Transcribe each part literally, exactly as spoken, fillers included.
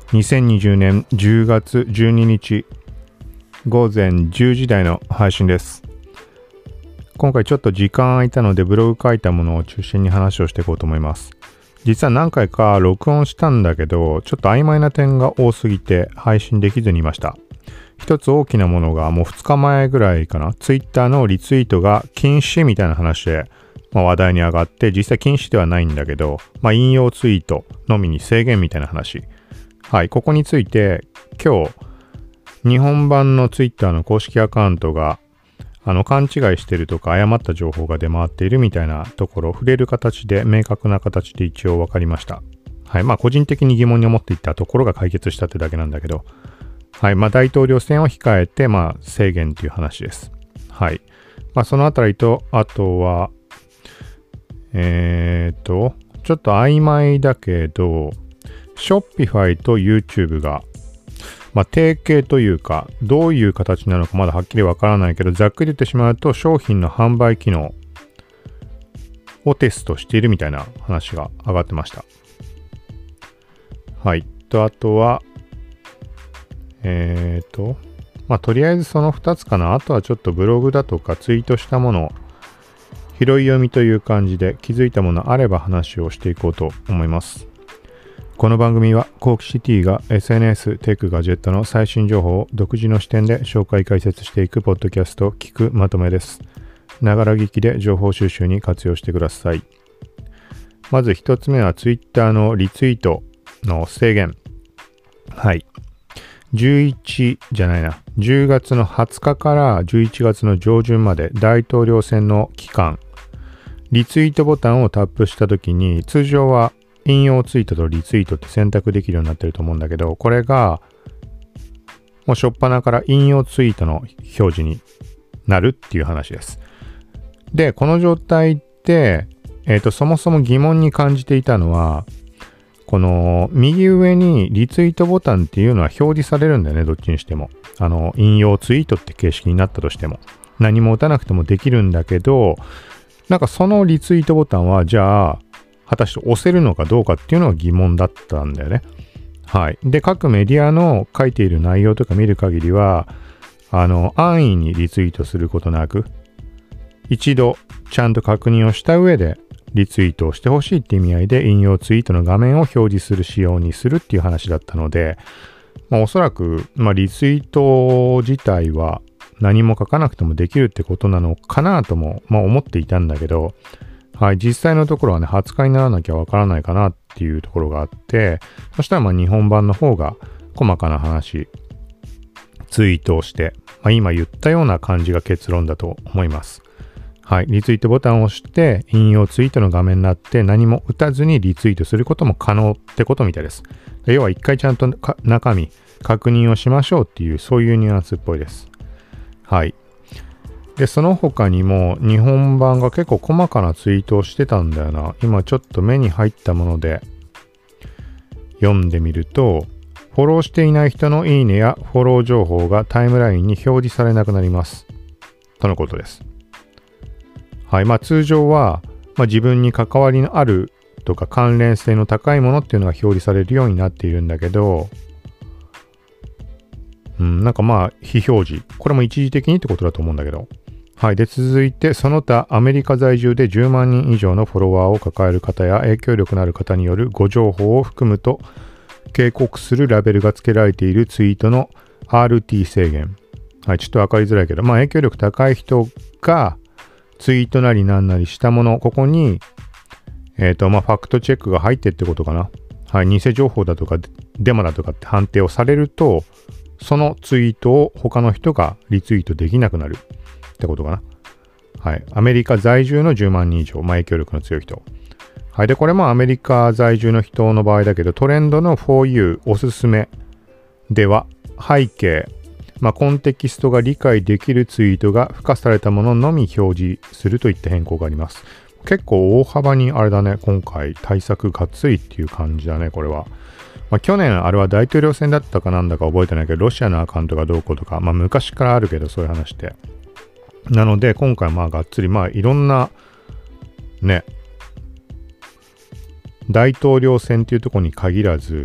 にせんにじゅうねんじゅうがつじゅうににちごぜんじゅうじ台の配信です。今回ちょっと時間空いたのでブログ書いたものを中心に話をしていこうと思います。実は何回か録音したんだけど、ちょっと曖昧な点が多すぎて配信できずにいました。一つ大きなものがもうふつかまえぐらいかな、ツイッターのリツイートが禁止みたいな話で、まあ、話題に上がって、実際禁止ではないんだけど、まあ、引用ツイートのみに制限みたいな話。はい、ここについて今日日本版のツイッターの公式アカウントがあの勘違いしてるとか誤った情報が出回っているみたいなところを触れる形で明確な形で一応分かりました。はい、まあ個人的に疑問に思っていたところが解決したってだけなんだけど、はい、まあ大統領選を控えてまあ制限という話です。はい、まあそのあたりとあとはえーとちょっと曖昧だけど。Shopify と YouTube が、まあ、提携というか、どういう形なのかまだはっきりわからないけど、ざっくり言ってしまうと、商品の販売機能をテストしているみたいな話が上がってました。はい。と、あとは、えーと、まあ、とりあえずそのふたつかな。あとはちょっとブログだとかツイートしたものを拾い読みという感じで気づいたものあれば話をしていこうと思います。この番組はコークシティが エスエヌエス、テック、ガジェットの最新情報を独自の視点で紹介解説していくポッドキャスト聞くまとめです。ながら聞きで情報収集に活用してください。まず一つ目はツイッターのリツイートの制限。はい。じゅういちじゃないな。じゅうがつのはつかからじゅういちがつの上旬まで大統領選の期間、リツイートボタンをタップしたときに通常は引用ツイートとリツイートって選択できるようになってると思うんだけど、これがもう初っ端から引用ツイートの表示になるっていう話です。で、この状態って、えっと、そもそも疑問に感じていたのは、この右上にリツイートボタンっていうのは表示されるんだよね、どっちにしても。あの、引用ツイートって形式になったとしても。何も打たなくてもできるんだけど、なんかそのリツイートボタンは、じゃあ、果たして押せるのかどうかっていうのが疑問だったんだよね。はい。で、各メディアの書いている内容とか見る限りは、あの、安易にリツイートすることなく、一度ちゃんと確認をした上でリツイートをしてほしいって意味合いで引用ツイートの画面を表示する仕様にするっていう話だったので、まあおそらく、まあリツイート自体は何も書かなくてもできるってことなのかなとも、まあ思っていたんだけど、はい、実際のところはね、はつかにならなきゃわからないかなっていうところがあって、そしたらまあ日本版の方が細かな話、ツイートをして、まあ、今言ったような感じが結論だと思います。はい、リツイートボタンを押して、引用ツイートの画面になって何も打たずにリツイートすることも可能ってことみたいです。要は一回ちゃんと中身確認をしましょうっていう、そういうニュアンスっぽいです。はい。で、その他にも日本版が結構細かなツイートをしてたんだよな。今ちょっと目に入ったもので読んでみると、フォローしていない人のいいねやフォロー情報がタイムラインに表示されなくなります。とのことです。はい。まあ通常は、まあ、自分に関わりのあるとか関連性の高いものっていうのが表示されるようになっているんだけど、うん、なんかまあ非表示。これも一時的にってことだと思うんだけど。はい。で、続いて、その他、アメリカ在住でじゅうまんにん以上のフォロワーを抱える方や影響力のある方による誤情報を含むと、警告するラベルが付けられているツイートの アールティー 制限。はい。ちょっとわかりづらいけど、まあ影響力高い人がツイートなりなんなりしたもの、ここに、えっと、まあファクトチェックが入ってってことかな。はい。偽情報だとかデマだとかって判定をされると、そのツイートを他の人がリツイートできなくなる。ってことかな。はい。アメリカ在住のじゅうまんにん以上、まあ、影響力の強い人。はい。で、これもアメリカ在住の人の場合だけど、トレンドの フォーユー おすすめでは、背景、まあ、コンテキストが理解できるツイートが付加されたもののみ表示するといった変更があります。結構大幅にあれだね、今回対策がっつりっていう感じだね、これは。まあ、去年あれは大統領選だったかなんだか覚えてないけど、ロシアのアカウントがどうこうとか、まあ昔からあるけど、そういう話って。なので、今回まあがっつり、まあいろんな、ね、大統領選っていうところに限らず、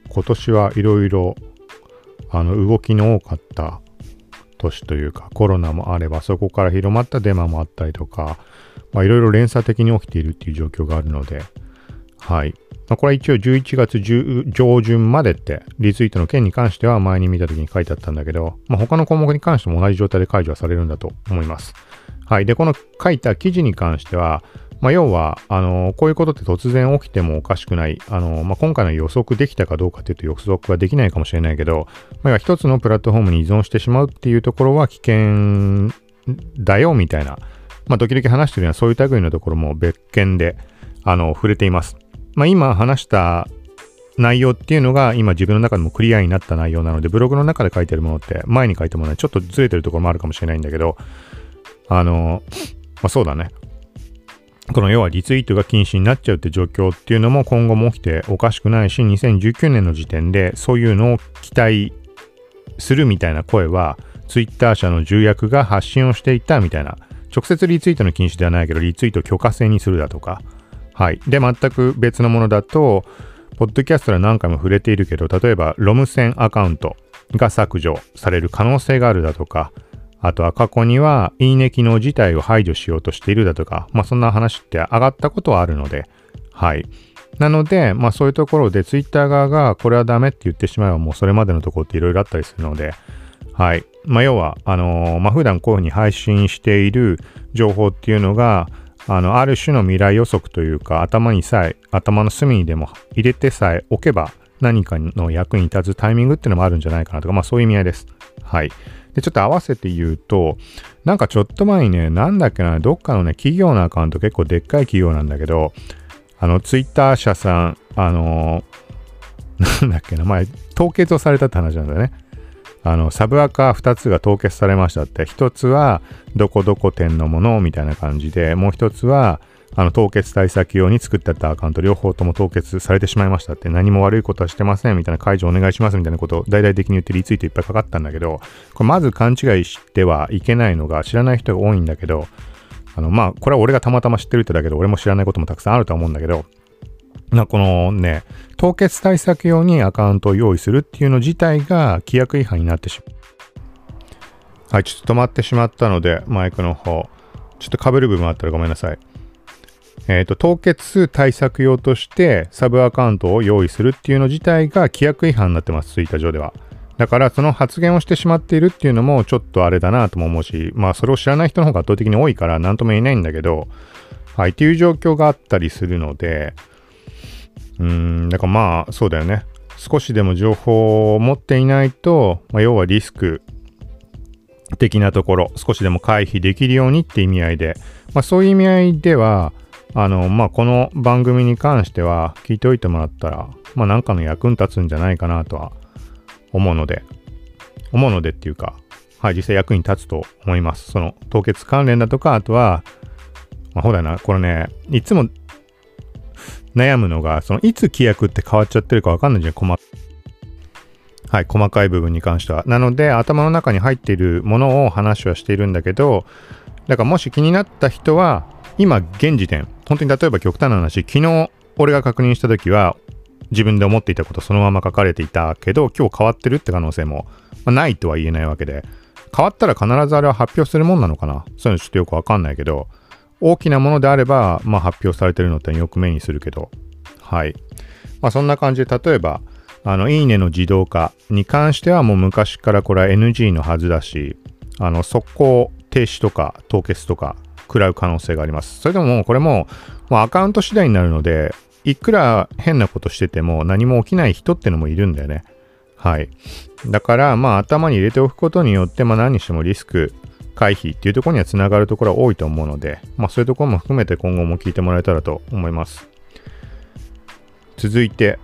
今年はいろいろあの動きの多かった年というか、コロナもあればそこから広まったデマもあったりとか、まあ、いろいろ連鎖的に起きているっていう状況があるので、はい。まあ、これは一応じゅういちがつ上旬までってリツイートの件に関しては前に見た時に書いてあったんだけど、まあ、他の項目に関しても同じ状態で解除はされるんだと思います。はい。で、この書いた記事に関しては、まあ、要は、あのー、こういうことって突然起きてもおかしくない。あのー、まあ、今回の予測できたかどうかっていうと予測はできないかもしれないけど、まあ、一つのプラットフォームに依存してしまうっていうところは危険だよみたいな、まあ、時々話してるようなそういう類のところも別件で、あのー、触れています。まあ、今話した内容っていうのが今自分の中でもクリアになった内容なので、ブログの中で書いてるものって前に書いたものはちょっとずれてるところもあるかもしれないんだけど、あの、まあ、そうだね。この要はリツイートが禁止になっちゃうって状況っていうのも今後も起きておかしくないし、にせんじゅうきゅうねんの時点でそういうのを期待するみたいな声はツイッター社の重役が発信をしていたみたいな、直接リツイートの禁止ではないけどリツイートを許可制にするだとか、はい。で、全く別のものだと、ポッドキャストで何回も触れているけど、例えば、ロム線アカウントが削除される可能性があるだとか、あとは過去には、いいね機能自体を排除しようとしているだとか、まあそんな話って上がったことはあるので、はい。なので、まあそういうところで、ツイッター側がこれはダメって言ってしまえば、もうそれまでのところっていろいろあったりするので、はい。まあ要は、あのー、まあ普段こういうふうに配信している情報っていうのが、あの、ある種の未来予測というか、頭にさえ、頭の隅にでも入れてさえおけば、何かの役に立つタイミングっていうのもあるんじゃないかなとか、まあそういう意味合いです。はい。で、ちょっと合わせて言うと、なんかちょっと前にね、なんだっけな、どっかのね、企業のアカウント結構でっかい企業なんだけど、あの、ツイッター社さん、あのー、なんだっけな、前、凍結をされたって話なんだよね。あの、サブアカふたつが凍結されましたって。ひとつは、どこどこ店のものみたいな感じで、もうひとつは、あの、凍結対策用に作ってあったアカウント、両方とも凍結されてしまいましたって、何も悪いことはしてませんみたいな、解除お願いしますみたいなことを大々的に言ってリツイートいっぱいかかったんだけど、これまず勘違いしてはいけないのが、知らない人が多いんだけど、あの、まあ、これは俺がたまたま知ってるってだけど、俺も知らないこともたくさんあると思うんだけど、なこのね、凍結対策用にアカウントを用意するっていうの自体が規約違反になってしまう。はい、ちょっと止まってしまったので、マイクの方、ちょっと被る部分あったらごめんなさい。えっと、凍結対策用としてサブアカウントを用意するっていうの自体が規約違反になってます、ツイッター上では。だからその発言をしてしまっているっていうのもちょっとあれだなとも思うし、まあそれを知らない人の方が圧倒的に多いから何とも言えないんだけど、はい、っていう状況があったりするので、うーん、だからまあそうだよね。少しでも情報を持っていないと、まあ、要はリスク的なところ、少しでも回避できるようにって意味合いで、まあそういう意味合いでは、あの、まあ、この番組に関しては聞いておいてもらったら、まあ、なんかの役に立つんじゃないかなとは思うので、思うのでっていうか、はい、実際役に立つと思います。その凍結関連だとか、あとは、まあ、ほらな、これね、いつも悩むのが、そのいつ規約って変わっちゃってるかわかんないじゃん、細はい、細かい部分に関しては。なので、頭の中に入っているものを話はしているんだけど、だからもし気になった人は、今現時点、本当に例えば極端な話、昨日俺が確認した時は自分で思っていたことそのまま書かれていたけど、今日変わってるって可能性も、まあ、ないとは言えないわけで、変わったら必ずあれは発表するもんなのかな、そういうのちょっとよくわかんないけど、大きなものであれば、まあ、発表されてるのってよく目にするけど、はい。まあそんな感じで、例えば、あの、いいねの自動化に関してはもう昔からこれは エヌジー のはずだし、あの、速攻停止とか凍結とか、食らう可能性があります。それでももうこれも、もうアカウント次第になるので、いくら変なことしてても何も起きない人ってのもいるんだよね。はい。だから、まあ頭に入れておくことによって、まあ何にしてもリスク回避っていうところにはつながるところは多いと思うので、まあそういうところも含めて今後も聞いてもらえたらと思います。続いて、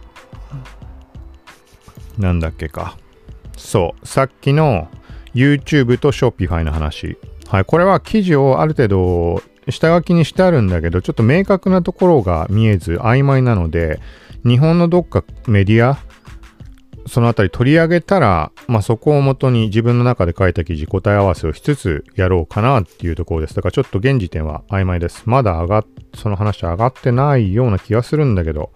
なんだっけか。そう、さっきの YouTube と Shopify の話。はい、これは記事をある程度下書きにしてあるんだけど、ちょっと明確なところが見えず曖昧なので、日本のどっかメディア、そのあたり取り上げたら、まあそこをもとに自分の中で書いた記事答え合わせをしつつやろうかなっていうところです。だからちょっと現時点は曖昧です。まだ上がっ、その話上がってないような気がするんだけど、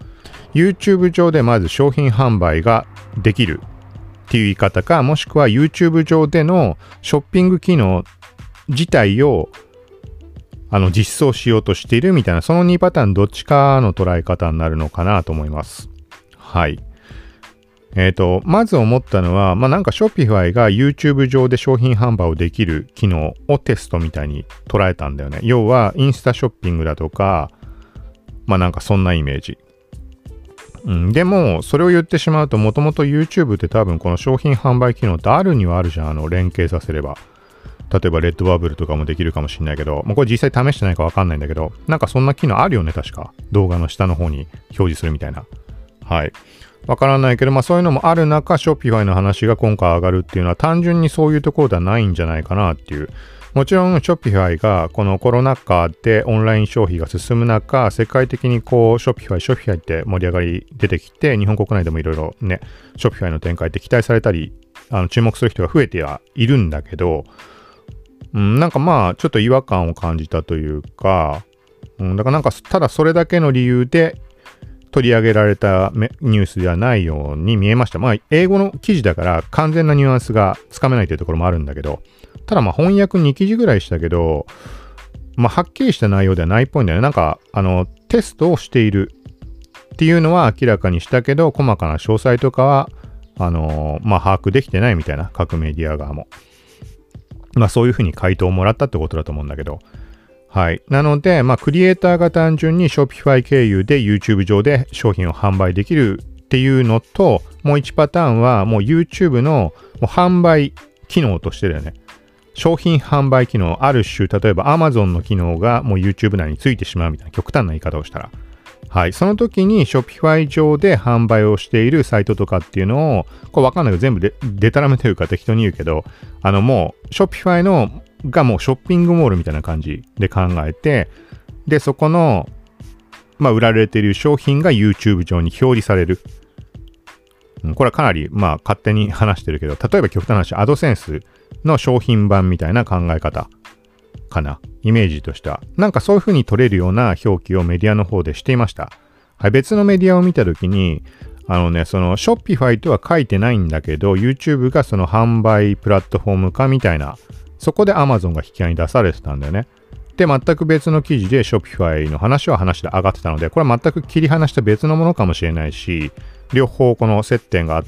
YouTube 上でまず商品販売ができるっていう言い方か、もしくは YouTube 上でのショッピング機能自体をあの実装しようとしているみたいな、そのにパターンどっちかの捉え方になるのかなと思います。はい。えっと、まず思ったのは、まあなんか Shopify が YouTube 上で商品販売をできる機能をテストみたいに捉えたんだよね。要はインスタショッピングだとか、まあなんかそんなイメージ。うん、でも、それを言ってしまうと、もともと YouTube って多分この商品販売機能ってあるにはあるじゃん。あの、連携させれば。例えば、レッドバブルとかもできるかもしれないけど、もうこれ実際試してないかわかんないんだけど、なんかそんな機能あるよね、確か。動画の下の方に表示するみたいな。はい。わからないけど、まあそういうのもある中、Shopify の話が今回上がるっていうのは単純にそういうところではないんじゃないかなっていう。もちろん Shopify がこのコロナ禍でオンライン消費が進む中、世界的にこう Shopify、Shopify って盛り上がり出てきて、日本国内でもいろいろね、Shopify の展開って期待されたり、あの注目する人が増えてはいるんだけど、うん、なんかまあちょっと違和感を感じたというか、うん、だからなんかただそれだけの理由で取り上げられたニュースではないように見えました。まあ英語の記事だから完全なニュアンスがつかめないというところもあるんだけど、ただまあ翻訳に記事ぐらいしたけど、まあはっきりした内容ではないっぽいんだよね。なんかあのテストをしているっていうのは明らかにしたけど、細かな詳細とかはあのー、まあ把握できてないみたいな、各メディア側も。まあそういうふうに回答をもらったってことだと思うんだけど。はい。なので、まあクリエイターが単純に Shopify 経由で YouTube 上で商品を販売できるっていうのと、もういちパターンはもう YouTube のもう販売機能としてだよね。商品販売機能、ある種、例えば Amazon の機能がもう YouTube 内についてしまうみたいな極端な言い方をしたら。はい。その時に Shopify 上で販売をしているサイトとかっていうのを、これわかんないけど全部でデタラメというか適当に言うけど、あのもう Shopify のがもうショッピングモールみたいな感じで考えて、で、そこの、まあ売られている商品が YouTube 上に表示される。うん、これはかなりまあ勝手に話してるけど、例えば極端な話、AdSense の商品版みたいな考え方かな。イメージとしては。なんかそういう風に取れるような表記をメディアの方でしていました。はい、別のメディアを見たときに、あのね、その Shopify とは書いてないんだけど、YouTube がその販売プラットフォーム化みたいな、そこで Amazon が引き合いに出されてたんだよね。で、全く別の記事で Shopify の話は話で上がってたので、これは全く切り離した別のものかもしれないし、両方この接点があって、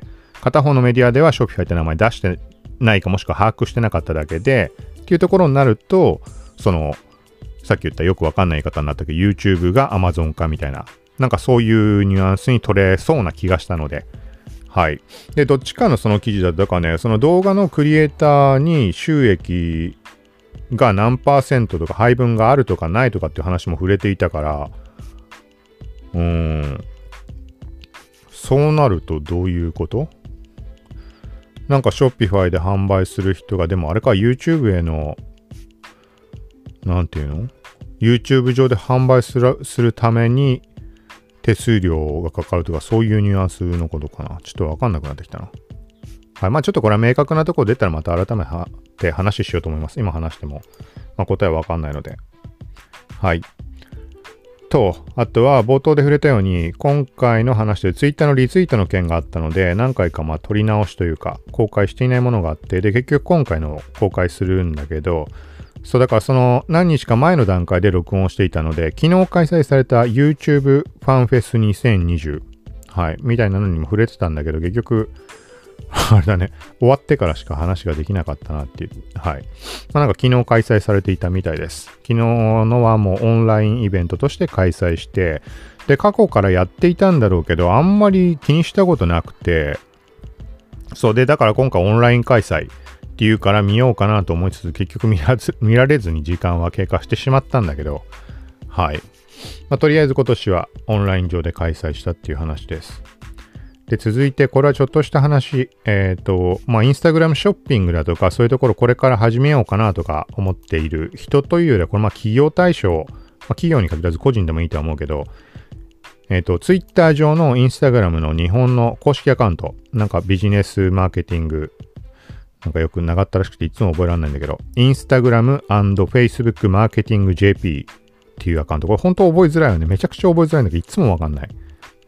片方のメディアでは Shopify って名前出してないかもしくは把握してなかっただけで、っていうところになると、その、さっき言ったよくわかんない言い方になったけど、YouTube が Amazon 化みたいな、なんかそういうニュアンスに取れそうな気がしたので、はい。で、どっちかのその記事だとかね、その動画のクリエイターに収益が何パーセントとか配分があるとかないとかっていう話も触れていたから、うーん、そうなるとどういうこと？なんか Shopify で販売する人が、でもあれか YouTube への、なんていうの？ YouTube 上で販売する、するために手数料がかかるとか、そういうニュアンスのことかな。ちょっとわかんなくなってきたな。はい。まあちょっとこれは明確なところ出たらまた改めて話しようと思います。今話しても、まあ、答えはわかんないので。はい。と、あとは冒頭で触れたように、今回の話で Twitter のリツイートの件があったので、何回かまあ取り直しというか、公開していないものがあって、で、結局今回の公開するんだけど、そうだからその何日か前の段階で録音していたので、昨日開催された YouTube ファンフェスにせんにじゅう、はい、みたいなのにも触れてたんだけど、結局、あれだね、終わってからしか話ができなかったなっていう、はい。まあ、なんか昨日開催されていたみたいです。昨日のはもうオンラインイベントとして開催して、で、過去からやっていたんだろうけど、あんまり気にしたことなくて、そうで、だから今回オンライン開催っていうから見ようかなと思いつつ、結局見らず、見られずに時間は経過してしまったんだけど、はい。まあ、とりあえず今年はオンライン上で開催したっていう話です。で、続いて、これはちょっとした話、えっと、まあ、インスタグラムショッピングだとか、そういうところこれから始めようかなとか思っている人というよりは、これまあ企業対象、まあ、企業に限らず個人でもいいとは思うけど、えっと、ツイッター上のインスタグラムの日本の公式アカウント、なんかビジネスマーケティング、なんかよく長ったらしくていつも覚えられないんだけど、インスタグラム&フェイスブックマーケティング ジェーピー っていうアカウント、これ本当覚えづらいよね。めちゃくちゃ覚えづらいんだけど、いつもわかんない。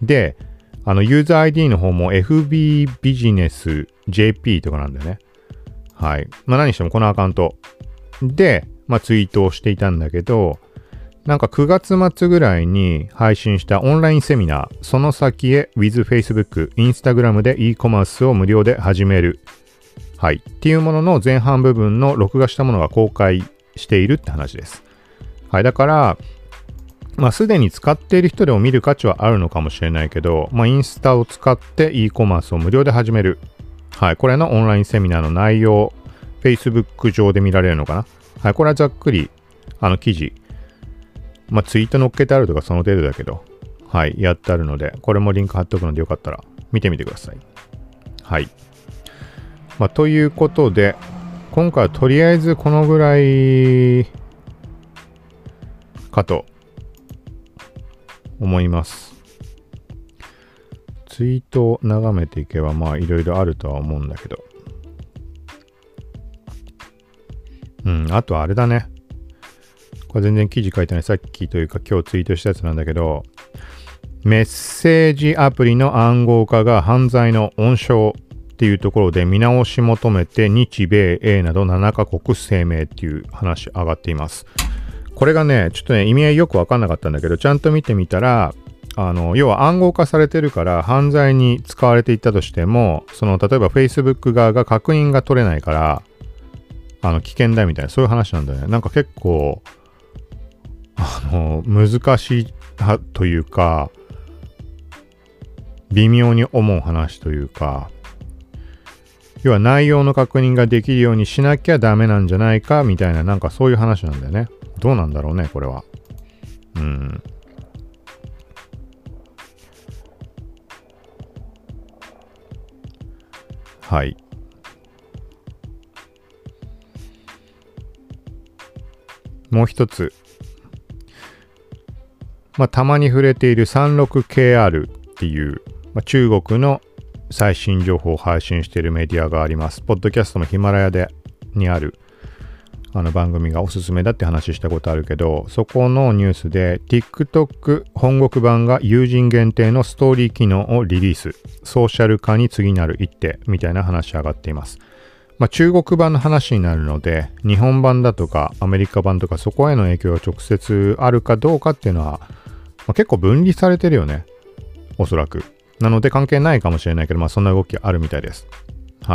で、あのユーザー アイディー の方も エフビー ビジネス ジェーピー とかなんだよね。はい。まあ何してもこのアカウントで、まあツイートをしていたんだけど、なんかくがつ末ぐらいに配信したオンラインセミナー、その先へ with Facebook、Instagram で e コマースを無料で始める。はい。っていうものの前半部分の録画したものが公開しているって話です。はい。だから、まあすでに使っている人でも見る価値はあるのかもしれないけど、まあインスタを使って e コマースを無料で始める。はい。これのオンラインセミナーの内容、Facebook 上で見られるのかな。はい。これはざっくり、あの記事、まあツイート載っけてあるとかその程度だけど、はい。やってあるので、これもリンク貼っておくのでよかったら見てみてください。はい。まあということで、今回はとりあえずこのぐらいかと思います。ツイートを眺めていけばまあいろいろあるとは思うんだけど。うん、あとはあれだね。これ全然記事書いてない。さっきというか今日ツイートしたやつなんだけど、メッセージアプリの暗号化が犯罪の温床っていうところで見直し求めて日米英などななカ国声明っていう話上がっています。これがね、ちょっとね、意味合いよくわかんなかったんだけど、ちゃんと見てみたら、あの、要は暗号化されてるから犯罪に使われていったとしても、その、例えば Facebook 側が確認が取れないから、あの、危険だみたいな、そういう話なんだよね。なんか結構、あの、難しいというか、微妙に思う話というか、要は内容の確認ができるようにしなきゃダメなんじゃないかみたいな、なんかそういう話なんだよね。どうなんだろうね、これは。うん。はい。もう一つ。まあ、たまに触れている さんじゅうろくケーアール っていう、まあ、中国の最新情報を配信しているメディアがあります。ポッドキャストもヒマラヤでにあるあの番組がおすすめだって話したことあるけど、そこのニュースで TikTok 本国版が友人限定のストーリー機能をリリース。ソーシャル化に次なる一手みたいな話上がっています。まあ、中国版の話になるので、日本版だとかアメリカ版とかそこへの影響が直接あるかどうかっていうのは、まあ、結構分離されてるよね。おそらく。なので関係ないかもしれないけど、まあそんな動きあるみたいです。はい。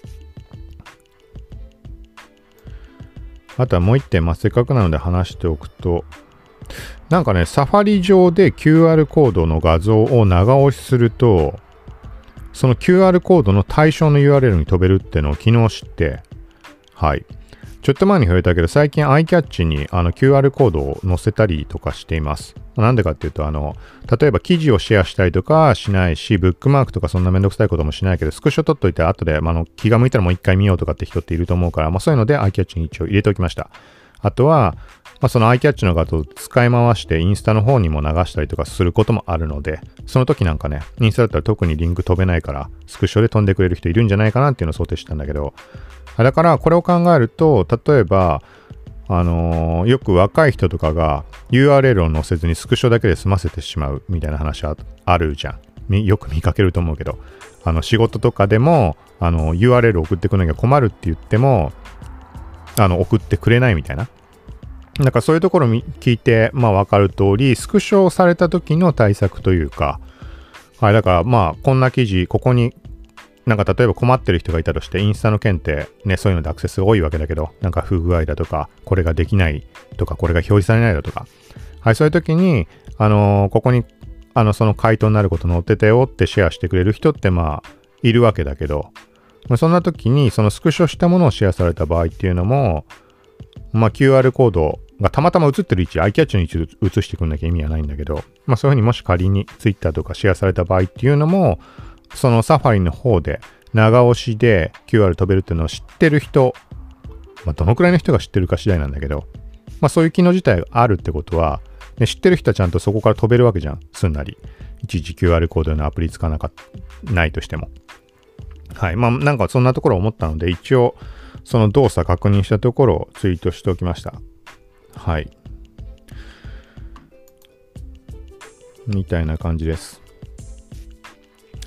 あとはもう一点、まあ、せっかくなので話しておくと、なんかね、サファリ上で キューアール コードの画像を長押しすると、その キューアール コードの対象の ユーアールエル に飛べるっていうのを昨日知って、はい。ちょっと前に触れたけど、最近 iCatch にあの キューアール コードを載せたりとかしています。なんでかっていうと、あの、例えば記事をシェアしたりとかしないし、ブックマークとかそんなめんどくさいこともしないけど、スクショ撮っといて後で、まあ、の気が向いたらもう一回見ようとかって人っていると思うから、まあそういうので iCatch に一応入れておきました。あとは、まあ、その iCatch の画像を使い回してインスタの方にも流したりとかすることもあるので、その時なんかね、インスタだったら特にリンク飛べないから、スクショで飛んでくれる人いるんじゃないかなっていうのを想定したんだけど、だからこれを考えると、例えば、あのー、よく若い人とかが ユーアールエル を載せずにスクショだけで済ませてしまうみたいな話はあるじゃん。よく見かけると思うけど、あの仕事とかでもあの ユーアールエル 送ってくれなきゃ困るって言っても、あの送ってくれないみたいな。だからそういうところを聞いて、まあ分かる通り、スクショされた時の対策というか、はい、だからまあこんな記事、ここになんか例えば困ってる人がいたとして、インスタの件ってね、そういうのでアクセスが多いわけだけど、なんか不具合だとか、これができないとか、これが表示されないだとか、はい、そういう時に、あのー、ここに、あの、その回答になること載ってたよってシェアしてくれる人ってまあ、いるわけだけど、まあ、そんな時に、そのスクショしたものをシェアされた場合っていうのも、まあ キューアール コードがたまたま映ってる位置、iCatch の位置映してくんなきゃ意味はないんだけど、まあそういうふうにもし仮に Twitter とかシェアされた場合っていうのも、そのサファリの方で長押しで キューアール 飛べるっていうのを知ってる人、まあどのくらいの人が知ってるか次第なんだけど、まあそういう機能自体があるってことは、ね、知ってる人はちゃんとそこから飛べるわけじゃん。すんなり。いちいち キューアール コードのアプリ使わなかないとしても。はい。まあなんかそんなところ思ったので、一応その動作確認したところをツイートしておきました。はい。みたいな感じです。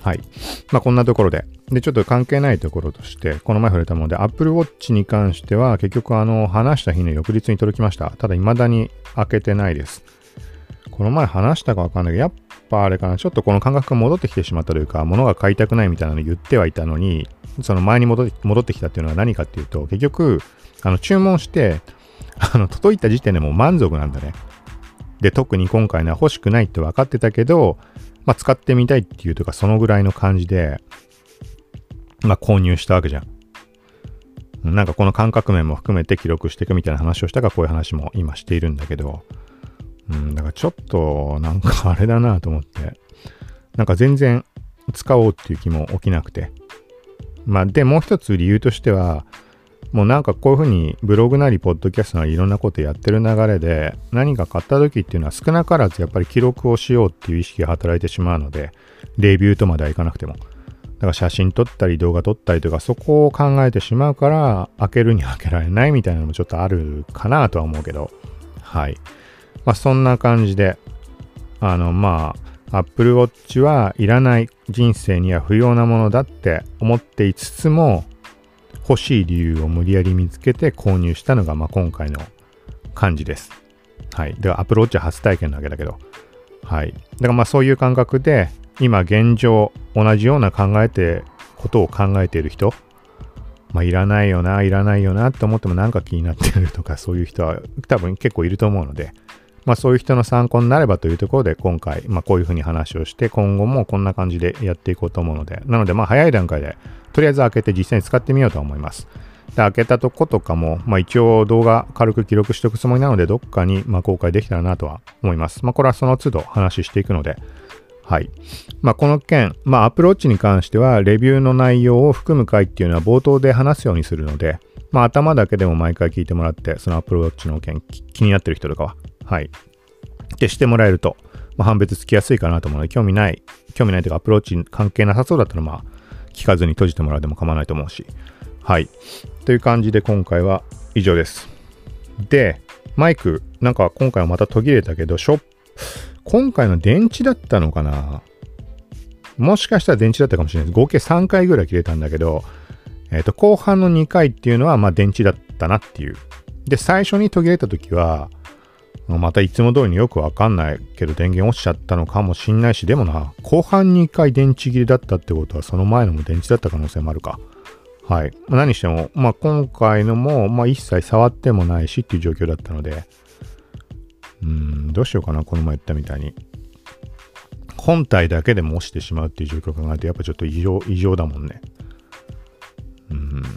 はい。まあこんなところで。で、ちょっと関係ないところとして、この前触れたもので、Apple Watch に関しては結局あの、話した日の翌日に届きました。ただ未だに開けてないです。この前話したかわかんないけど、やっぱあれかな、ちょっとこの感覚が戻ってきてしまったというか、物が買いたくないみたいなの言ってはいたのに、その前に戻って戻ってきたっていうのは何かっていうと、結局、あの、注文して、あの、届いた時点でもう満足なんだね。で、特に今回のは欲しくないって分かってたけど、まあ、使ってみたいっていうとか、そのぐらいの感じで、まあ、購入したわけじゃん。なんかこの感覚面も含めて記録していくみたいな話をしたから、こういう話も今しているんだけど、うん、だからちょっと、なんかあれだなと思って、なんか全然使おうっていう気も起きなくて。まあ、で、もう一つ理由としては、もうなんかこういうふうにブログなりポッドキャストなりいろんなことやってる流れで何か買った時っていうのは少なからずやっぱり記録をしようっていう意識が働いてしまうので、レビューとまではいかなくても。だから写真撮ったり動画撮ったりとかそこを考えてしまうから開けるに開けられないみたいなのもちょっとあるかなとは思うけど。はい。まあそんな感じで、あのまあ Apple Watch はいらない、人生には不要なものだって思っていつつも、欲しい理由を無理やり見つけて購入したのが、まあ、今回の感じです。はい。では、Apple Watch は初体験なわけだけど。はい。だからまあそういう感覚で、今現状、同じような考えて、ことを考えている人、まあいらないよな、いらないよなって思ってもなんか気になってるとか、そういう人は多分結構いると思うので、まあそういう人の参考になればというところで今回、まあこういうふうに話をして、今後もこんな感じでやっていこうと思うので、なのでまあ早い段階で、とりあえず開けて実際に使ってみようと思います。で、開けたとことかも、まあ一応動画軽く記録しておくつもりなので、どっかにまあ公開できたらなとは思います。まあこれはその都度話していくので、はい。まあこの件、まあ Apple Watch に関しては、レビューの内容を含む回っていうのは冒頭で話すようにするので、まあ頭だけでも毎回聞いてもらって、その Apple Watch の件気になってる人とかは、はい。ってしてもらえると、まあ、判別つきやすいかなと思うので、興味ない、興味ないというかアプローチ関係なさそうだったら、まあ、聞かずに閉じてもらうでも構わないと思うし。はい。という感じで今回は以上です。で、マイク、なんか今回はまた途切れたけど、ショップ、今回の電池だったのかな？もしかしたら電池だったかもしれないです。合計さんかいぐらい切れたんだけど、えっと、後半のにかいっていうのは、まあ電池だったなっていう。で、最初に途切れた時は、またいつも通りによくわかんないけど電源落ちちゃったのかもしんないし、でもな、後半にいっかい電池切れだったってことはその前のも電池だった可能性もあるか。はい。まあ、何しても、まあ今回のも、まあ一切触ってもないしっていう状況だったので、うーん、どうしようかな、この前言ったみたいに。本体だけでも落ちてしまうっていう状況を考えると、やっぱちょっと異常、異常だもんね。うーん。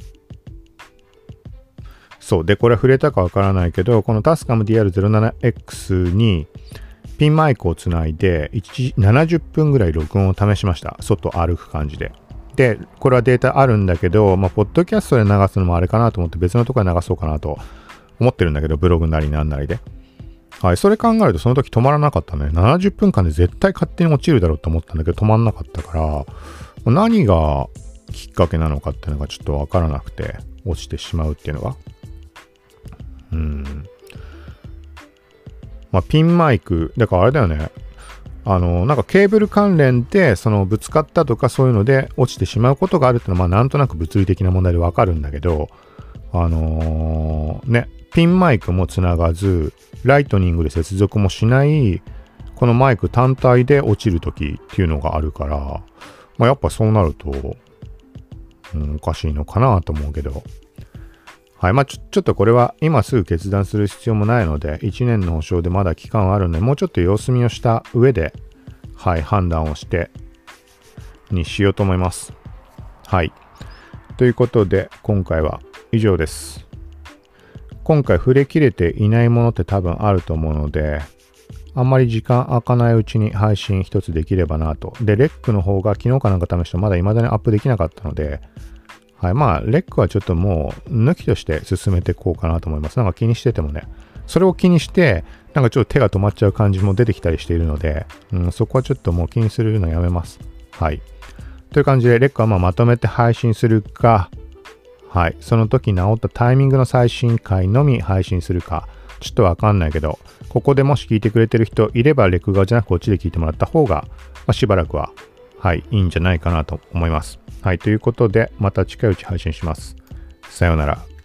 そう。で、これは触れたかわからないけど、この タスカム ディーアールゼロななエックス にピンマイクをつないでななじゅっぷんぐらい録音を試しました。外歩く感じで。で、これはデータあるんだけど、まあ、ポッドキャストで流すのもあれかなと思って別のところで流そうかなと思ってるんだけど、ブログなりなんなりで。はい。それ考えるとその時止まらなかったね。ななじゅっぷんかんで絶対勝手に落ちるだろうと思ったんだけど、止まんなかったから、何がきっかけなのかっていうのがちょっとわからなくて、落ちてしまうっていうのが。うん。まあ、ピンマイク、だからあれだよね。あの、なんかケーブル関連で、そのぶつかったとかそういうので落ちてしまうことがあるっていうのは、まあなんとなく物理的な問題でわかるんだけど、あのー、ね、ピンマイクもつながず、ライトニングで接続もしない、このマイク単体で落ちるときっていうのがあるから、まあやっぱそうなると、うん、おかしいのかなと思うけど、はい。まあちょ、ちょっとこれは今すぐ決断する必要もないので、いちねんの保証でまだ期間はあるので、もうちょっと様子見をした上で、はい、判断をして、にしようと思います。はい。ということで、今回は以上です。今回触れきれていないものって多分あると思うので、あんまり時間空かないうちに配信一つできればなと。で、レックの方が昨日かなんか試してまだ未だにアップできなかったので、はい。まあ、レックはちょっともう抜きとして進めていこうかなと思います。なんか気にしててもね、それを気にして、なんかちょっと手が止まっちゃう感じも出てきたりしているので、うん、そこはちょっともう気にするのやめます。はい。という感じで、レックはまあまとめて配信するか、はい。その時治ったタイミングの最新回のみ配信するか、ちょっとわかんないけど、ここでもし聞いてくれてる人いれば、レック側じゃなくこっちで聞いてもらった方が、まあ、しばらくは、 はい、いいんじゃないかなと思います。はい、ということで、また近いうち配信します。さようなら。